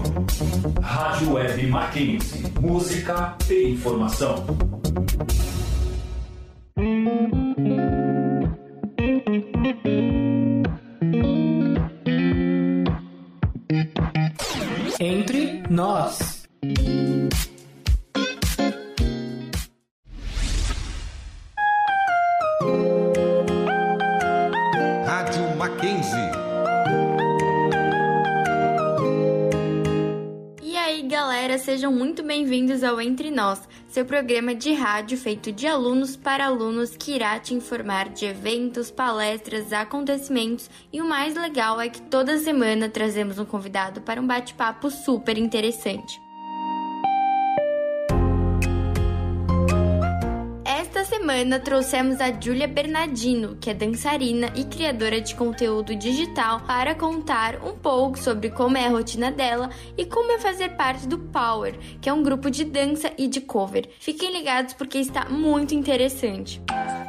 Rádio Web Mackenzie. Música e informação. Entre nós. Rádio Mackenzie. E aí, galera, sejam muito bem-vindos ao Entre Nós, seu programa de rádio feito de alunos para alunos que irá te informar de eventos, palestras, acontecimentos e o mais legal é que toda semana trazemos um convidado para um bate-papo super interessante. Esta semana trouxemos a Júlia Bernardino, que é dançarina e criadora de conteúdo digital, para contar um pouco sobre como é a rotina dela e como é fazer parte do Power, que é um grupo de dança e de cover. Fiquem ligados porque está muito interessante.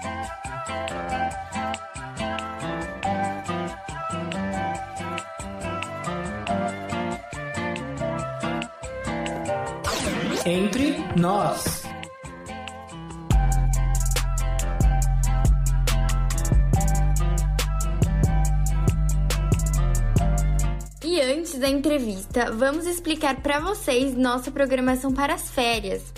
Entre nós. E antes da entrevista, vamos explicar para vocês nossa programação para as férias.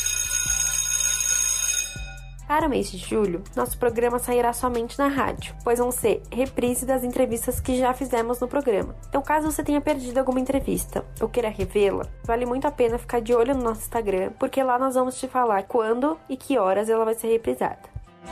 Para o mês de julho, nosso programa sairá somente na rádio, pois vão ser reprise das entrevistas que já fizemos no programa. Então, caso você tenha perdido alguma entrevista ou queira revê-la, vale muito a pena ficar de olho no nosso Instagram, porque lá nós vamos te falar quando e que horas ela vai ser reprisada.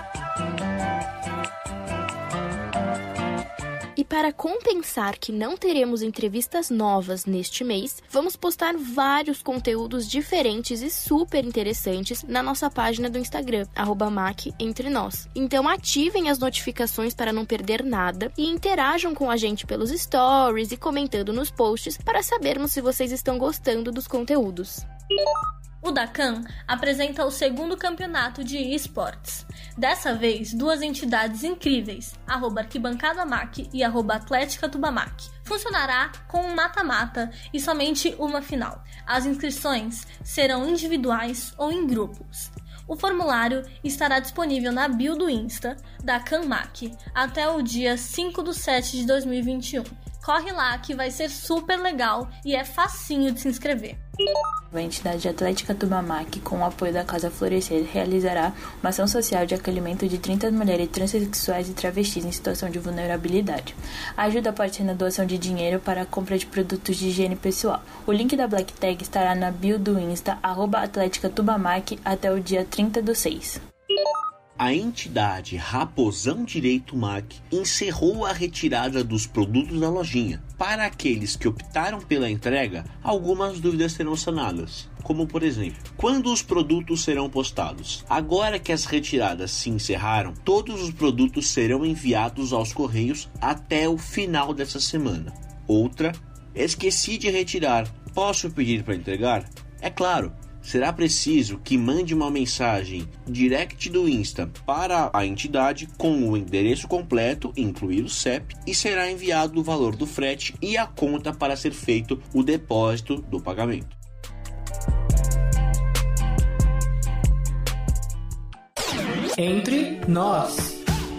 E para compensar que não teremos entrevistas novas neste mês, vamos postar vários conteúdos diferentes e super interessantes na nossa página do Instagram, @MacEntreNós. Então ativem as notificações para não perder nada e interajam com a gente pelos stories e comentando nos posts para sabermos se vocês estão gostando dos conteúdos. O Dacan apresenta o segundo campeonato de esportes. Dessa vez, duas entidades incríveis, @ArquibancadaMac e @AtléticaTubamac. Funcionará com um mata-mata e somente uma final. As inscrições serão individuais ou em grupos. O formulário estará disponível na bio do Insta da CanMac até o dia 5/7/2021. Corre lá que vai ser super legal e é facinho de se inscrever. A entidade Atlética Tubamac, com o apoio da Casa Florescer, realizará uma ação social de acolhimento de 30 mulheres transexuais e travestis em situação de vulnerabilidade. A ajuda pode ser na doação de dinheiro para a compra de produtos de higiene pessoal. O link da Black Tag estará na bio do Insta, @Atlética Tubamac, até o dia 30/6. A entidade Raposão Direito Mac encerrou a retirada dos produtos da lojinha. Para aqueles que optaram pela entrega, algumas dúvidas serão sanadas, como por exemplo, quando os produtos serão postados? Agora que as retiradas se encerraram, todos os produtos serão enviados aos correios até o final dessa semana. Outra, esqueci de retirar, posso pedir para entregar? É claro. Será preciso que mande uma mensagem direct do Insta para a entidade com o endereço completo, incluir o CEP, e será enviado o valor do frete e a conta para ser feito o depósito do pagamento. Entre nós.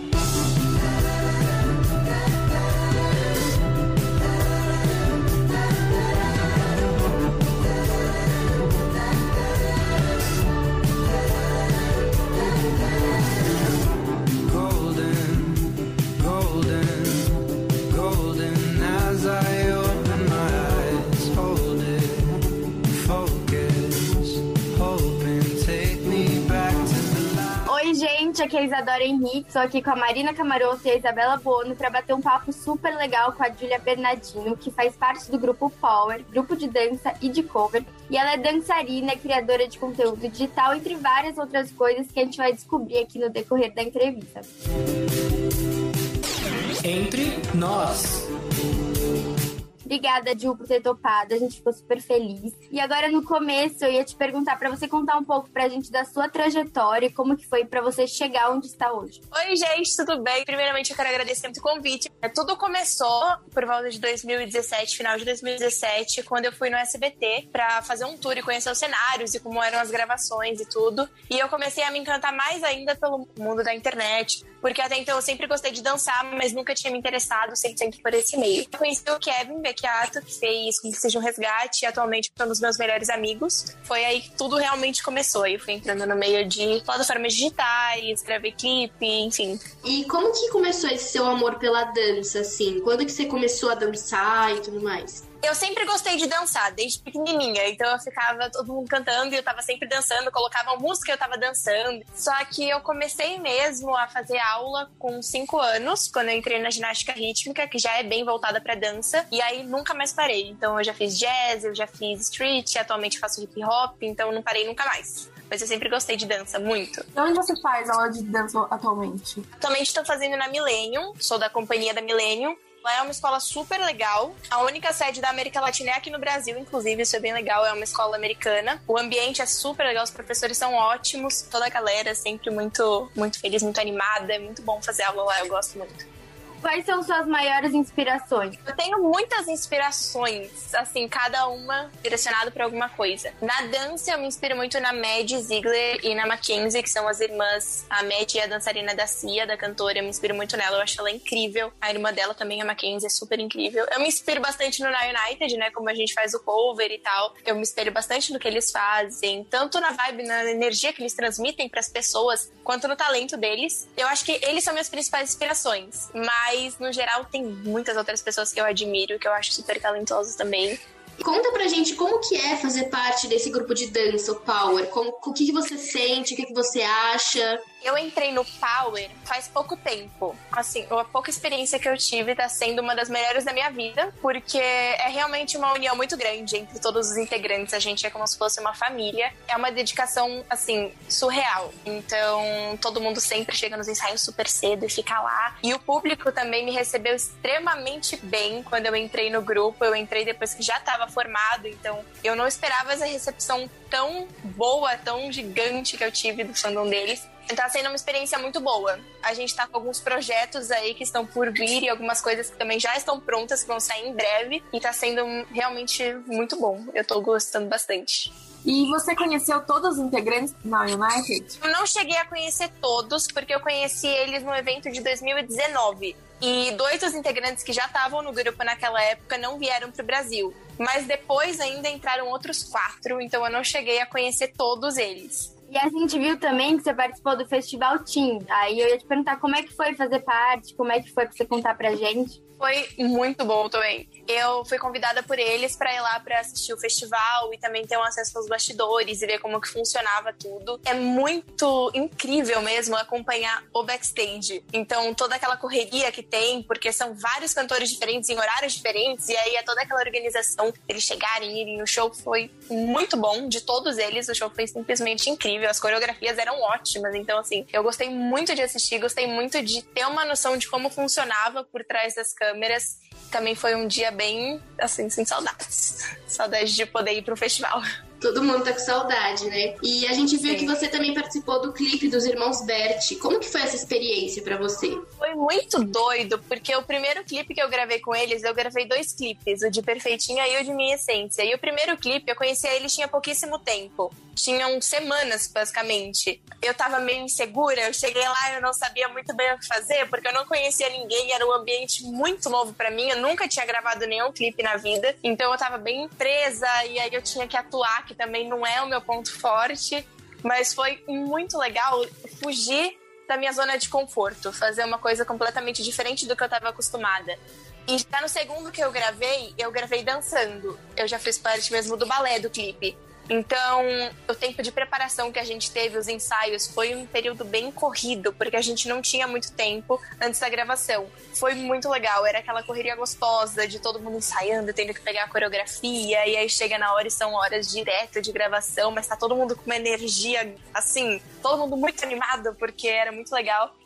Aqui é a Isadora Henrique, estou aqui com a Marina Camaroto e a Isabela Bono para bater um papo super legal com a Júlia Bernardino, que faz parte do grupo Power, grupo de dança e de cover, e ela é dançarina, criadora de conteúdo digital, entre várias outras coisas que a gente vai descobrir aqui no decorrer da entrevista. Entre nós. Obrigada, Ju, por ter topado. A gente ficou super feliz. E agora, no começo, eu ia te perguntar pra você contar um pouco pra gente da sua trajetória e como que foi pra você chegar onde está hoje. Oi, gente, tudo bem? Primeiramente, eu quero agradecer muito o convite. Tudo começou por volta de 2017, final de 2017, quando eu fui no SBT pra fazer um tour e conhecer os cenários e como eram as gravações e tudo. E eu comecei a me encantar mais ainda pelo mundo da internet, porque até então eu sempre gostei de dançar, mas nunca tinha me interessado 100% por esse meio. Eu conheci o Kevin Becchiato, que fez Cúmplices de um Resgate, e atualmente é um dos meus melhores amigos. Foi aí que tudo realmente começou. Eu fui entrando no meio de plataformas digitais, gravei clipe, enfim. E como que começou esse seu amor pela dança, assim? Quando que você começou a dançar e tudo mais? Eu sempre gostei de dançar, desde pequenininha. Então eu ficava todo mundo cantando e eu tava sempre dançando. Colocavam música e eu tava dançando. Só que eu comecei mesmo a fazer aula com 5 anos, quando eu entrei na ginástica rítmica, que já é bem voltada pra dança. E aí nunca mais parei. Então eu já fiz jazz, eu já fiz street, atualmente faço hip hop. Então eu não parei nunca mais. Mas eu sempre gostei de dança, muito. E onde você faz aula de dança atualmente? Atualmente estou fazendo na Millennium. Sou da companhia da Millennium. Lá é uma escola super legal. A única sede da América Latina é aqui no Brasil, inclusive, isso é bem legal. É uma escola americana. O ambiente é super legal, os professores são ótimos. Toda a galera é sempre muito, muito feliz, muito animada. É muito bom fazer aula lá, eu gosto muito. Quais são suas maiores inspirações? Eu tenho muitas inspirações, assim, cada uma direcionada para alguma coisa. Na dança, eu me inspiro muito na Maddie Ziegler e na Mackenzie, que são as irmãs. A Maddie é a dançarina da Cia, da cantora. Eu me inspiro muito nela, eu acho ela incrível. A irmã dela também, a Mackenzie, é super incrível. Eu me inspiro bastante no Na United, né, como a gente faz o cover e tal. Eu me espelho bastante no que eles fazem, tanto na vibe, na energia que eles transmitem para as pessoas, quanto no talento deles. Eu acho que eles são minhas principais inspirações, mas no geral tem muitas outras pessoas que eu admiro, que eu acho super talentosas também. Conta pra gente como que é fazer parte desse grupo de dança, o Power. O que você sente, o que você acha? Eu entrei no Power faz pouco tempo. Assim, a pouca experiência que eu tive tá sendo uma das melhores da minha vida, porque é realmente uma união muito grande entre todos os integrantes. A gente é como se fosse uma família. É uma dedicação, assim, surreal. Então, todo mundo sempre chega nos ensaios super cedo e fica lá. E o público também me recebeu extremamente bem quando eu entrei no grupo. Eu entrei depois que já estava formado, então eu não esperava essa recepção tão boa, tão gigante que eu tive do fandom deles. Tá sendo uma experiência muito boa. A gente tá com alguns projetos aí que estão por vir e algumas coisas que também já estão prontas, que vão sair em breve. E tá sendo realmente muito bom. Eu tô gostando bastante. E você conheceu todos os integrantes na United? Eu não cheguei a conhecer todos, porque eu conheci eles no evento de 2019. E 2 dos integrantes que já estavam no grupo naquela época não vieram pro Brasil. Mas depois ainda entraram outros 4, então eu não cheguei a conhecer todos eles. E a gente viu também que você participou do Festival Team. Aí eu ia te perguntar como é que foi fazer parte, como é que foi pra você contar pra gente. Foi muito bom também. Eu fui convidada por eles pra ir lá pra assistir o festival e também ter um acesso aos bastidores e ver como que funcionava tudo. É muito incrível mesmo acompanhar o backstage. Então, toda aquela correria que tem, porque são vários cantores diferentes em horários diferentes, e aí é toda aquela organização, eles chegarem, irem. O show foi muito bom, de todos eles. O show foi simplesmente incrível. As coreografias eram ótimas. Então, assim, eu gostei muito de assistir, gostei muito de ter uma noção de como funcionava por trás das câmeras. Também foi um dia bem, assim, sem saudades. Saudade de poder ir pro festival. Todo mundo tá com saudade, né? E a gente viu que você também participou do clipe dos Irmãos Berti. Como que foi essa experiência pra você? Foi muito doido, porque o primeiro clipe que eu gravei com eles, eu gravei 2 clipes, o de Perfeitinha e o de Minha Essência. E o primeiro clipe, eu conheci eles tinha pouquíssimo tempo. Tinham semanas, basicamente. Eu tava meio insegura, eu cheguei lá e eu não sabia muito bem o que fazer, porque eu não conhecia ninguém, era um ambiente muito novo pra mim, eu nunca tinha gravado nenhum clipe na vida, então eu tava bem presa, e aí eu tinha que atuar, que também não é o meu ponto forte, mas foi muito legal fugir da minha zona de conforto, fazer uma coisa completamente diferente do que eu tava acostumada. E já no segundo que eu gravei dançando. Eu já fiz parte mesmo do balé do clipe. Então, o tempo de preparação que a gente teve, os ensaios, foi um período bem corrido, porque a gente não tinha muito tempo antes da gravação. Foi muito legal, era aquela correria gostosa de todo mundo ensaiando, tendo que pegar a coreografia, e aí chega na hora e são horas direto de gravação, mas tá todo mundo com uma energia, assim, todo mundo muito animado, porque era muito legal.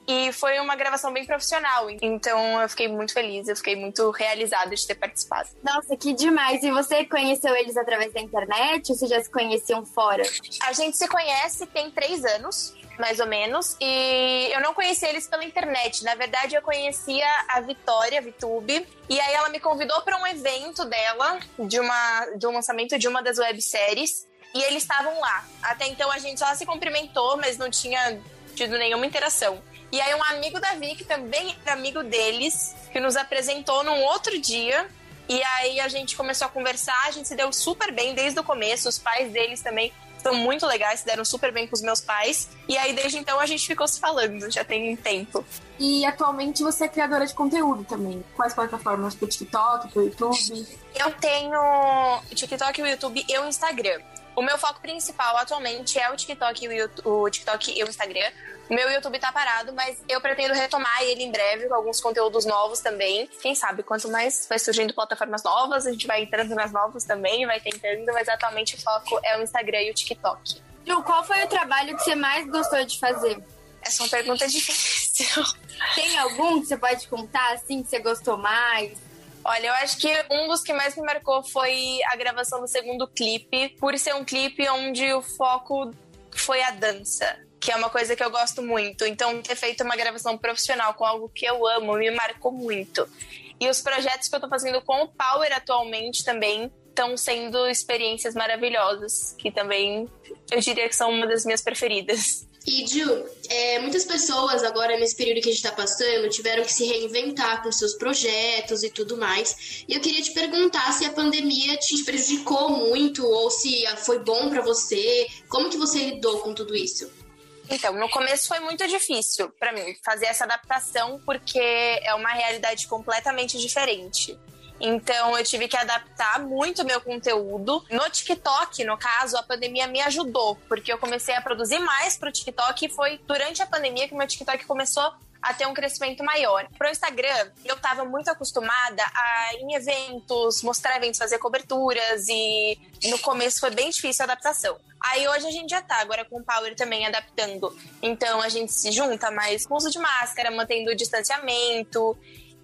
E foi uma gravação bem profissional. Então eu fiquei muito feliz, eu fiquei muito realizada de ter participado. Nossa, que demais! E você conheceu eles através da internet ou vocês já se conheciam fora? A gente se conhece tem 3 anos, mais ou menos. E eu não conheci eles pela internet. Na verdade, eu conhecia a Vitória, a Vitube. E aí ela me convidou para um evento dela, de um lançamento de uma das webséries. E eles estavam lá. Até então a gente só se cumprimentou, mas não tinha tido nenhuma interação. E aí um amigo da Vi, que também era amigo deles, que nos apresentou num outro dia. E aí a gente começou a conversar, a gente se deu super bem desde o começo. Os pais deles também são muito legais, se deram super bem com os meus pais. E aí desde então a gente ficou se falando, já tem tempo. E atualmente você é criadora de conteúdo também. Quais plataformas? Pro TikTok, pro YouTube? Eu tenho o TikTok, o YouTube e o Instagram. O meu foco principal atualmente é o TikTok e o Instagram. O meu YouTube tá parado, mas eu pretendo retomar ele em breve com alguns conteúdos novos também. Quem sabe, quanto mais vai surgindo plataformas novas, a gente vai entrando nas novas também, vai tentando, mas atualmente o foco é o Instagram e o TikTok. Ju, qual foi o trabalho que você mais gostou de fazer? Essa é uma pergunta difícil. Tem algum que você pode contar, assim, que você gostou mais? Olha, eu acho que um dos que mais me marcou foi a gravação do segundo clipe, por ser um clipe onde o foco foi a dança, que é uma coisa que eu gosto muito. Então, ter feito uma gravação profissional com algo que eu amo me marcou muito. E os projetos que eu tô fazendo com o Power atualmente também estão sendo experiências maravilhosas, que também eu diria que são uma das minhas preferidas. E, Ju, muitas pessoas agora, nesse período que a gente tá passando, tiveram que se reinventar com seus projetos e tudo mais. E eu queria te perguntar se a pandemia te prejudicou muito ou se foi bom pra você. Como que você lidou com tudo isso? Então, no começo foi muito difícil pra mim fazer essa adaptação, porque é uma realidade completamente diferente. Então, eu tive que adaptar muito o meu conteúdo. No TikTok, no caso, a pandemia me ajudou, porque eu comecei a produzir mais pro TikTok e foi durante a pandemia que o meu TikTok começou a ter um crescimento maior. Pro Instagram, eu tava muito acostumada a ir em eventos, mostrar eventos, fazer coberturas e no começo foi bem difícil a adaptação. Aí hoje a gente já tá, agora com o Power também adaptando. Então a gente se junta mais com uso de máscara, mantendo o distanciamento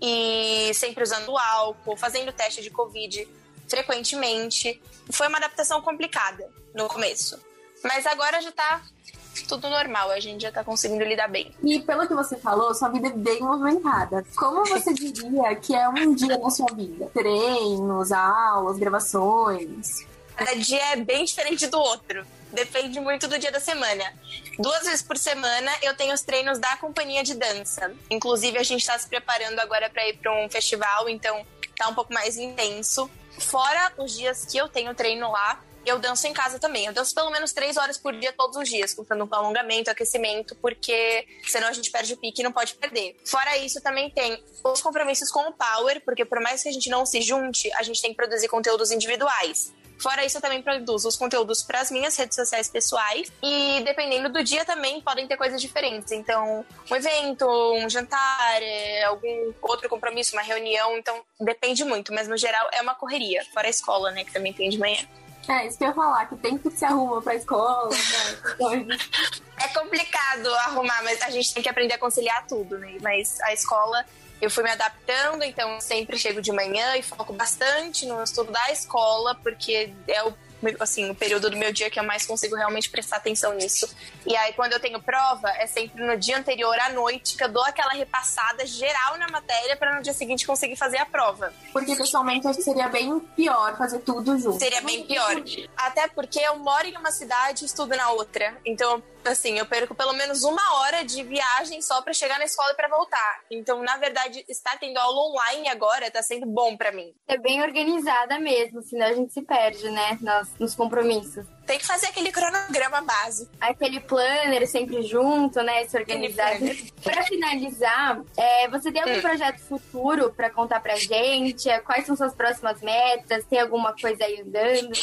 e sempre usando álcool, fazendo teste de Covid frequentemente. Foi uma adaptação complicada no começo, mas agora já tá tudo normal, a gente já tá conseguindo lidar bem. E pelo que você falou, sua vida é bem movimentada. Como você diria que é um dia na sua vida? Treinos, aulas, gravações? Cada dia é bem diferente do outro. Depende muito do dia da semana. 2 vezes por semana eu tenho os treinos da companhia de dança. Inclusive a gente tá se preparando agora para ir para um festival, então tá um pouco mais intenso. Fora os dias que eu tenho treino lá, eu danço em casa também. Eu danço pelo menos 3 horas por dia todos os dias, contando com alongamento, aquecimento, porque senão a gente perde o pique e não pode perder. Fora isso, também tem os compromissos com o Power, porque por mais que a gente não se junte, a gente tem que produzir conteúdos individuais. Fora isso, eu também produzo os conteúdos para as minhas redes sociais pessoais. E dependendo do dia também podem ter coisas diferentes. Então, um evento, um jantar, algum outro compromisso, uma reunião. Então, depende muito. Mas, no geral, é uma correria. Fora a escola, né? Que também tem de manhã. Isso que eu ia falar. Que tempo que se arruma pra escola, né? É complicado arrumar, mas a gente tem que aprender a conciliar tudo, né? Mas a escola... Eu fui me adaptando, então eu sempre chego de manhã e foco bastante no estudo da escola, porque é o período do meu dia que eu mais consigo realmente prestar atenção nisso. E aí, quando eu tenho prova, é sempre no dia anterior à noite que eu dou aquela repassada geral na matéria para no dia seguinte conseguir fazer a prova. Porque, pessoalmente, acho que seria bem pior fazer tudo junto. Seria bem pior. Até porque eu moro em uma cidade e estudo na outra. Então, assim, eu perco pelo menos 1 hora de viagem só pra chegar na escola e pra voltar. Então, na verdade, estar tendo aula online agora tá sendo bom pra mim. É bem organizada mesmo, senão a gente se perde, né, nos compromissos. Tem que fazer aquele cronograma básico. Aquele planner sempre junto, né, se organizar. Pra finalizar, você tem algum projeto futuro pra contar pra gente? Quais são suas próximas metas? Tem alguma coisa aí andando?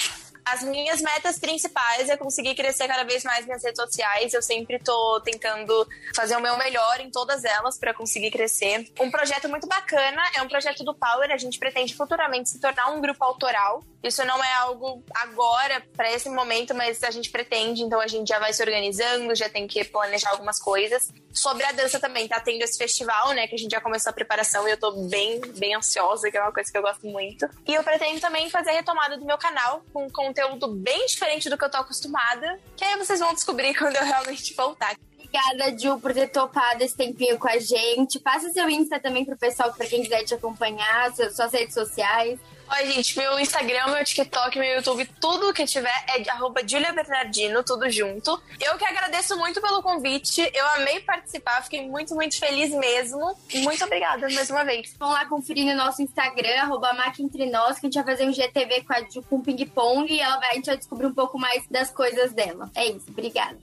As minhas metas principais é conseguir crescer cada vez mais minhas redes sociais. Eu sempre tô tentando fazer o meu melhor em todas elas para conseguir crescer. Um projeto muito bacana é um projeto do Power. A gente pretende futuramente se tornar um grupo autoral. Isso não é algo agora, para esse momento, mas a gente pretende, então a gente já vai se organizando, já tem que planejar algumas coisas. Sobre a dança também, tá tendo esse festival, né, que a gente já começou a preparação e eu tô bem ansiosa, que é uma coisa que eu gosto muito. E eu pretendo também fazer a retomada do meu canal com conteúdo bem diferente do que eu tô acostumada, que aí vocês vão descobrir quando eu realmente voltar. Obrigada, Ju, por ter topado esse tempinho com a gente. Passa seu Insta também pro pessoal, pra quem quiser te acompanhar, suas redes sociais. Oi, gente, meu Instagram, meu TikTok, meu YouTube, tudo que tiver é @JuliaBernardino, tudo junto. Eu que agradeço muito pelo convite, eu amei participar, fiquei muito feliz mesmo. Muito obrigada mais uma vez. Vão lá conferir no nosso Instagram, @MacEntreNós, que a gente vai fazer um GTV com a Ju com ping-pong e a gente vai descobrir um pouco mais das coisas dela. É isso, obrigada.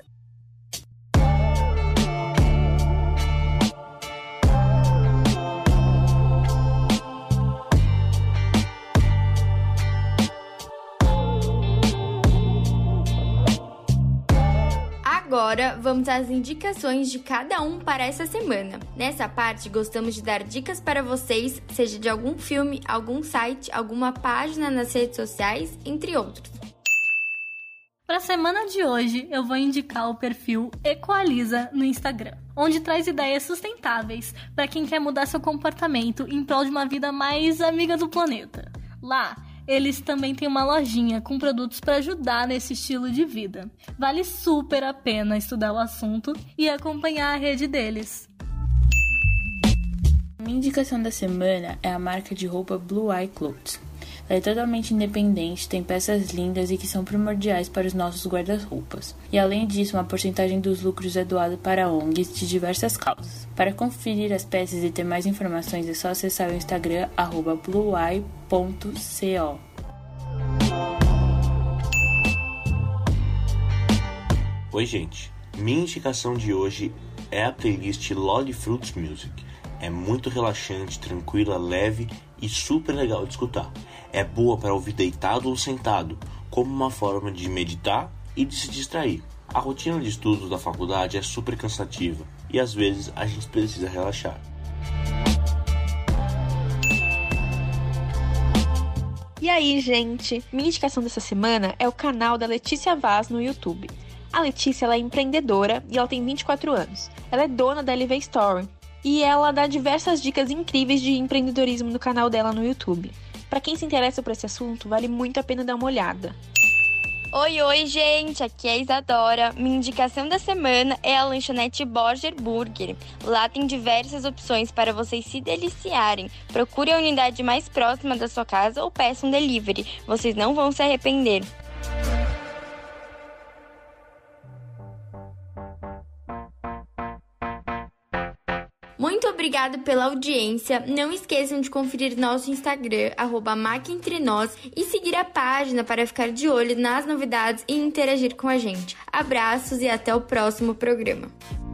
Agora, vamos às indicações de cada um para essa semana. Nessa parte, gostamos de dar dicas para vocês, seja de algum filme, algum site, alguma página nas redes sociais, entre outros. Para a semana de hoje, eu vou indicar o perfil Equaliza no Instagram, onde traz ideias sustentáveis para quem quer mudar seu comportamento em prol de uma vida mais amiga do planeta. Lá, eles também têm uma lojinha com produtos para ajudar nesse estilo de vida. Vale super a pena estudar o assunto e acompanhar a rede deles. Minha indicação da semana é a marca de roupa Blue Eye Clothes. Ela é totalmente independente, tem peças lindas e que são primordiais para os nossos guarda-roupas. E além disso, uma porcentagem dos lucros é doada para ONGs de diversas causas. Para conferir as peças e ter mais informações é só acessar o Instagram @blueye.co. Oi, gente. Minha indicação de hoje é a playlist Lolly Fruits Music. É muito relaxante, tranquila, leve e super legal de escutar. É boa para ouvir deitado ou sentado, como uma forma de meditar e de se distrair. A rotina de estudos da faculdade é super cansativa e às vezes a gente precisa relaxar. E aí, gente? Minha indicação dessa semana é o canal da Letícia Vaz no YouTube. A Letícia ela é empreendedora e ela tem 24 anos. Ela é dona da LV Store e ela dá diversas dicas incríveis de empreendedorismo no canal dela no YouTube. Para quem se interessa por esse assunto, vale muito a pena dar uma olhada. Oi, gente! Aqui é a Isadora. Minha indicação da semana é a lanchonete Borger Burger. Lá tem diversas opções para vocês se deliciarem. Procure a unidade mais próxima da sua casa ou peça um delivery. Vocês não vão se arrepender. Muito obrigado pela audiência. Não esqueçam de conferir nosso Instagram, @MacEntreNós, e seguir a página para ficar de olho nas novidades e interagir com a gente. Abraços e até o próximo programa.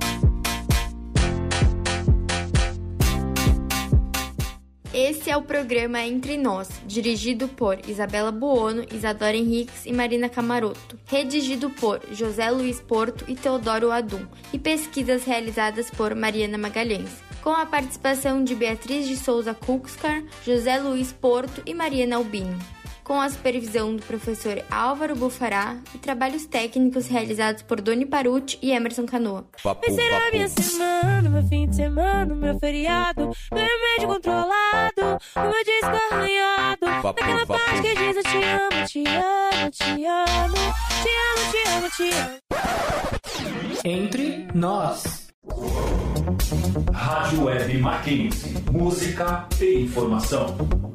Esse é o programa Entre Nós, dirigido por Isabela Buono, Isadora Henriques e Marina Camarotto, redigido por José Luiz Porto e Teodoro Adum, e pesquisas realizadas por Mariana Magalhães, com a participação de Beatriz de Souza Kuxkar, José Luiz Porto e Mariana Albino, com a supervisão do professor Álvaro Bufará e trabalhos técnicos realizados por Doni Parucci e Emerson Canoa. Vai ser a minha semana, meu fim de semana, meu feriado, meu remédio controlado, o meu disco arranhado, naquela parte que diz eu te amo, te amo, te amo, te amo, te amo, te amo. Entre Nós. Rádio Web Mackenzie. Música e informação.